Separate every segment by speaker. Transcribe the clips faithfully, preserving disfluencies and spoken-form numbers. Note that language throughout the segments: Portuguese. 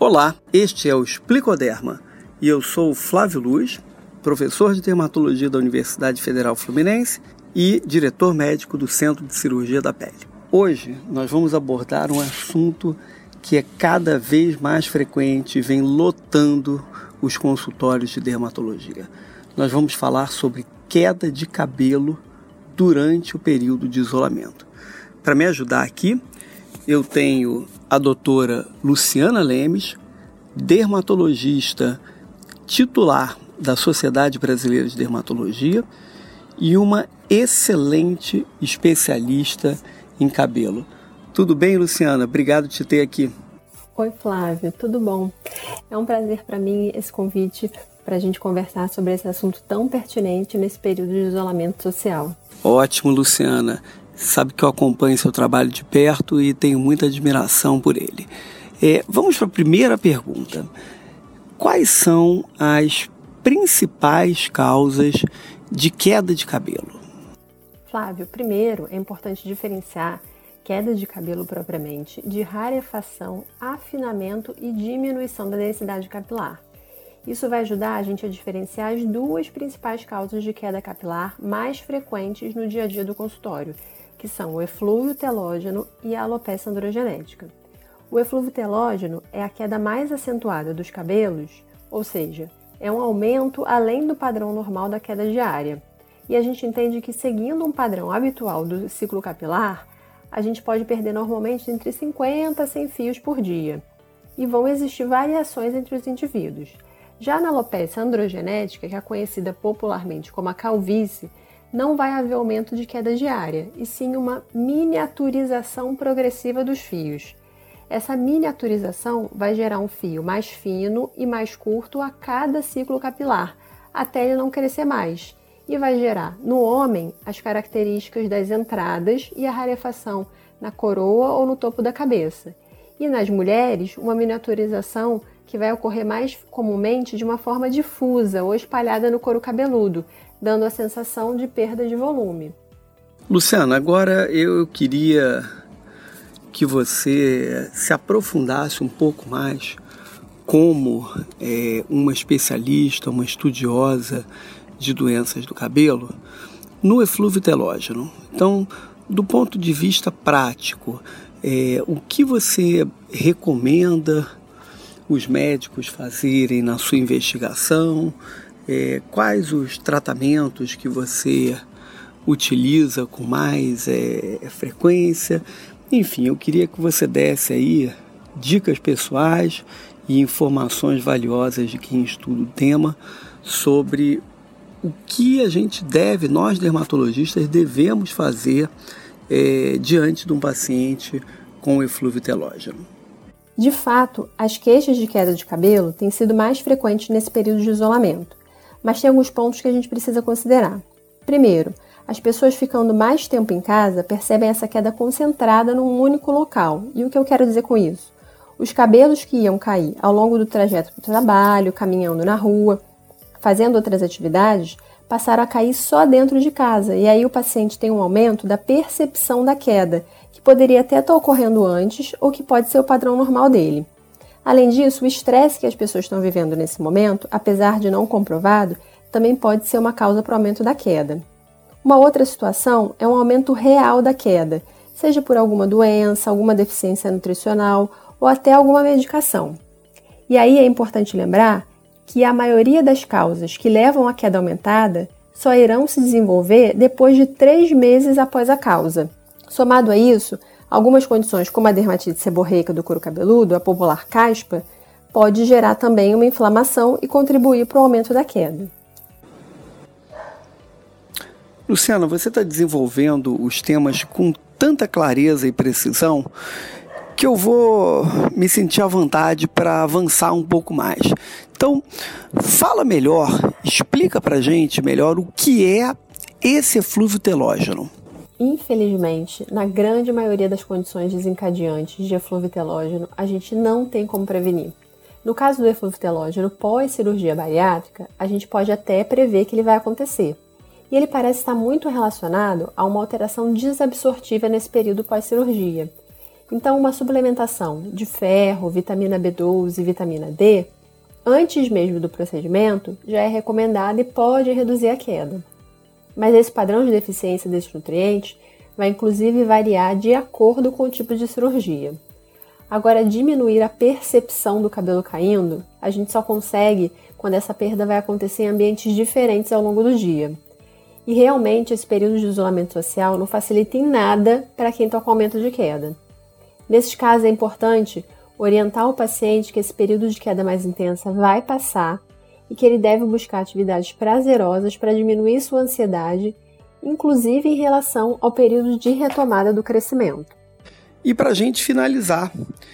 Speaker 1: Olá, este é o Explicoderma e eu sou o Flávio Luz, professor de dermatologia da Universidade Federal Fluminense e diretor médico do Centro de Cirurgia da Pele. Hoje nós vamos abordar um assunto que é cada vez mais frequente e vem lotando os consultórios de dermatologia. Nós vamos falar sobre queda de cabelo durante o período de isolamento. Para me ajudar aqui, eu tenho a doutora Luciana Lemes, dermatologista titular da Sociedade Brasileira de Dermatologia e uma excelente especialista em cabelo. Tudo bem, Luciana? Obrigado por te ter aqui.
Speaker 2: Oi, Flávio, tudo bom? É um prazer para mim esse convite para a gente conversar sobre esse assunto tão pertinente nesse período de isolamento social.
Speaker 1: Ótimo, Luciana. Sabe que eu acompanho seu trabalho de perto e tenho muita admiração por ele. É, vamos para a primeira pergunta. Quais são as principais causas de queda de cabelo?
Speaker 2: Flávio, primeiro é importante diferenciar queda de cabelo propriamente de rarefação, afinamento e diminuição da densidade capilar. Isso vai ajudar a gente a diferenciar as duas principais causas de queda capilar mais frequentes no dia a dia do consultório, que são o eflúvio telógeno e a alopecia androgenética. O eflúvio telógeno é a queda mais acentuada dos cabelos, ou seja, é um aumento além do padrão normal da queda diária. E a gente entende que, seguindo um padrão habitual do ciclo capilar, a gente pode perder normalmente entre cinquenta a cem fios por dia. E vão existir variações entre os indivíduos. Já na alopecia androgenética, que é conhecida popularmente como a calvície, não vai haver aumento de queda diária, e sim uma miniaturização progressiva dos fios. Essa miniaturização vai gerar um fio mais fino e mais curto a cada ciclo capilar, até ele não crescer mais, e vai gerar no homem as características das entradas e a rarefação na coroa ou no topo da cabeça, e nas mulheres uma miniaturização que vai ocorrer mais comumente de uma forma difusa ou espalhada no couro cabeludo, dando a sensação de perda de volume.
Speaker 1: Luciana, agora eu queria que você se aprofundasse um pouco mais como é, uma especialista, uma estudiosa de doenças do cabelo, no eflúvio telógeno. Então, do ponto de vista prático, é, o que você recomenda os médicos fazerem na sua investigação? É, quais os tratamentos que você utiliza com mais é, frequência? Enfim, eu queria que você desse aí dicas pessoais e informações valiosas de quem estuda o tema sobre o que a gente deve, nós dermatologistas, devemos fazer é, diante de um paciente com eflúvio telógeno.
Speaker 2: De fato, as queixas de queda de cabelo têm sido mais frequentes nesse período de isolamento, mas tem alguns pontos que a gente precisa considerar. Primeiro, as pessoas ficando mais tempo em casa percebem essa queda concentrada num único local. E o que eu quero dizer com isso? Os cabelos que iam cair ao longo do trajeto para o trabalho, caminhando na rua, fazendo outras atividades, passaram a cair só dentro de casa. E aí o paciente tem um aumento da percepção da queda, que poderia até estar ocorrendo antes ou que pode ser o padrão normal dele. Além disso, o estresse que as pessoas estão vivendo nesse momento, apesar de não comprovado, também pode ser uma causa para o aumento da queda. Uma outra situação é um aumento real da queda, seja por alguma doença, alguma deficiência nutricional ou até alguma medicação. E aí é importante lembrar que a maioria das causas que levam à queda aumentada só irão se desenvolver depois de três meses após a causa. Somado a isso, algumas condições como a dermatite seborreica do couro cabeludo, a popular caspa, pode gerar também uma inflamação e contribuir para o aumento da queda.
Speaker 1: Luciana, você está desenvolvendo os temas com tanta clareza e precisão que eu vou me sentir à vontade para avançar um pouco mais. Então, fala melhor, explica para a gente melhor o que é esse eflúvio telógeno.
Speaker 2: Infelizmente, na grande maioria das condições desencadeantes de eflúvio telógeno, a gente não tem como prevenir. No caso do eflúvio telógeno pós-cirurgia bariátrica, a gente pode até prever que ele vai acontecer. E ele parece estar muito relacionado a uma alteração desabsortiva nesse período pós-cirurgia. Então, uma suplementação de ferro, vitamina B doze e vitamina D, antes mesmo do procedimento, já é recomendada e pode reduzir a queda. Mas esse padrão de deficiência desses nutrientes vai inclusive variar de acordo com o tipo de cirurgia. Agora, diminuir a percepção do cabelo caindo, a gente só consegue quando essa perda vai acontecer em ambientes diferentes ao longo do dia. E realmente esse período de isolamento social não facilita em nada para quem está com aumento de queda. Nesses casos é importante orientar o paciente que esse período de queda mais intensa vai passar e que ele deve buscar atividades prazerosas para diminuir sua ansiedade, inclusive em relação ao período de retomada do crescimento.
Speaker 1: E para a gente finalizar,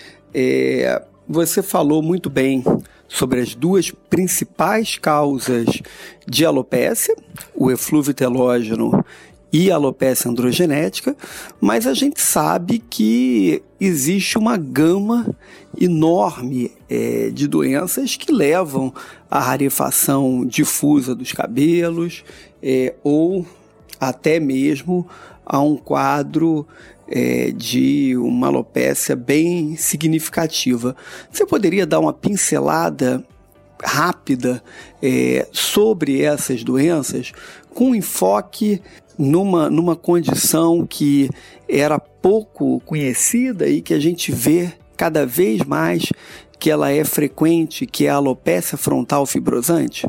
Speaker 1: é, você falou muito bem sobre as duas principais causas de alopécia, o eflúvio telógeno e a alopécia androgenética, mas a gente sabe que existe uma gama enorme é, de doenças que levam à rarefação difusa dos cabelos é, ou até mesmo a um quadro é, de uma alopécia bem significativa. Você poderia dar uma pincelada rápida é, sobre essas doenças com enfoque numa, numa condição que era pouco conhecida e que a gente vê cada vez mais que ela é frequente, que é a alopécia frontal fibrosante?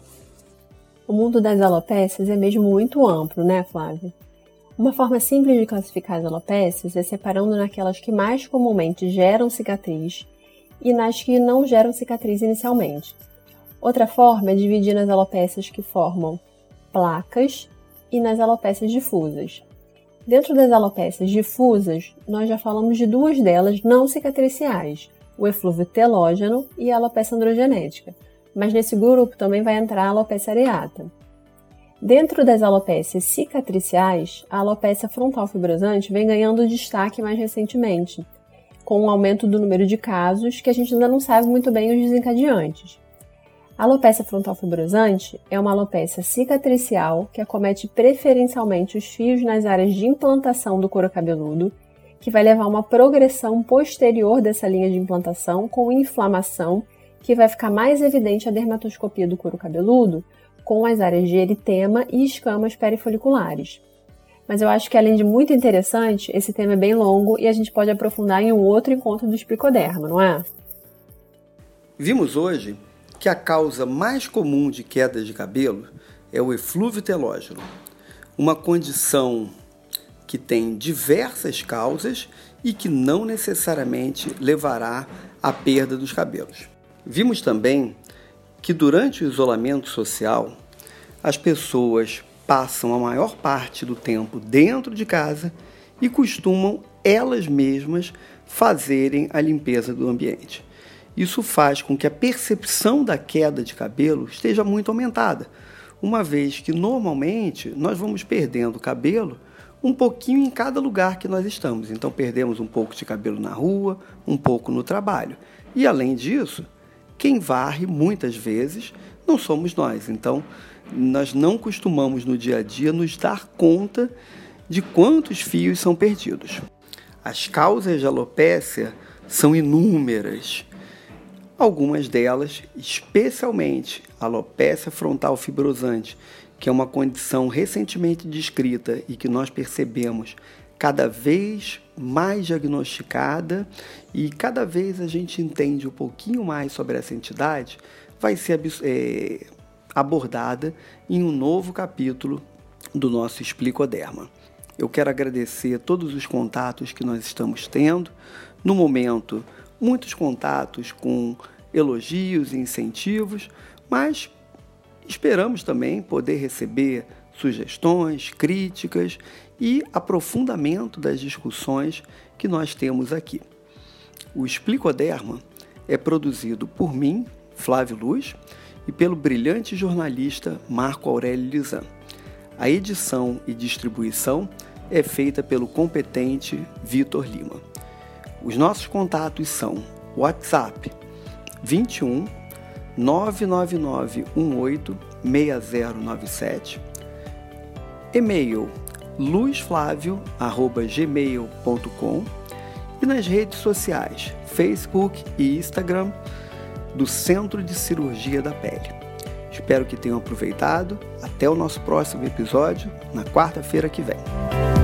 Speaker 2: O mundo das alopécias é mesmo muito amplo, né, Flávio? Uma forma simples de classificar as alopécias é separando naquelas que mais comumente geram cicatriz e nas que não geram cicatriz inicialmente. Outra forma é dividir nas alopécias que formam placas e nas alopécias difusas. Dentro das alopécias difusas, nós já falamos de duas delas não cicatriciais, o eflúvio telógeno e a alopécia androgenética, mas nesse grupo também vai entrar a alopécia areata. Dentro das alopécias cicatriciais, a alopécia frontal fibrosante vem ganhando destaque mais recentemente, com um aumento do número de casos que a gente ainda não sabe muito bem os desencadeantes. A alopécia frontal fibrosante é uma alopécia cicatricial que acomete preferencialmente os fios nas áreas de implantação do couro cabeludo, que vai levar a uma progressão posterior dessa linha de implantação com inflamação, que vai ficar mais evidente a dermatoscopia do couro cabeludo, com as áreas de eritema e escamas perifoliculares. Mas eu acho que, além de muito interessante, esse tema é bem longo e a gente pode aprofundar em um outro encontro do explicoderma, não é?
Speaker 1: Vimos hoje que a causa mais comum de queda de cabelo é o eflúvio telógeno, uma condição que tem diversas causas e que não necessariamente levará à perda dos cabelos. Vimos também que durante o isolamento social, as pessoas passam a maior parte do tempo dentro de casa e costumam elas mesmas fazerem a limpeza do ambiente. Isso faz com que a percepção da queda de cabelo esteja muito aumentada, uma vez que normalmente nós vamos perdendo cabelo um pouquinho em cada lugar que nós estamos. Então perdemos um pouco de cabelo na rua, um pouco no trabalho. E além disso, quem varre muitas vezes não somos nós. Então nós não costumamos no dia a dia nos dar conta de quantos fios são perdidos. As causas de alopécia são inúmeras. Algumas delas, especialmente a alopécia frontal fibrosante, que é uma condição recentemente descrita e que nós percebemos cada vez mais diagnosticada e cada vez a gente entende um pouquinho mais sobre essa entidade, vai ser é, abordada em um novo capítulo do nosso explicoderma. Eu quero agradecer todos os contatos que nós estamos tendo. No momento, muitos contatos com elogios e incentivos, mas esperamos também poder receber sugestões, críticas e aprofundamento das discussões que nós temos aqui. O Explicoderma é produzido por mim, Flávio Luz, e pelo brilhante jornalista Marco Aurélio Lisan. A edição e distribuição é feita pelo competente Vitor Lima. Os nossos contatos são WhatsApp vinte e um, nove nove nove um oito, seis zero nove sete, e-mail luzflavio arroba gmail ponto com e nas redes sociais, Facebook e Instagram, do Centro de Cirurgia da Pele. Espero que tenham aproveitado. Até o nosso próximo episódio, na quarta-feira que vem.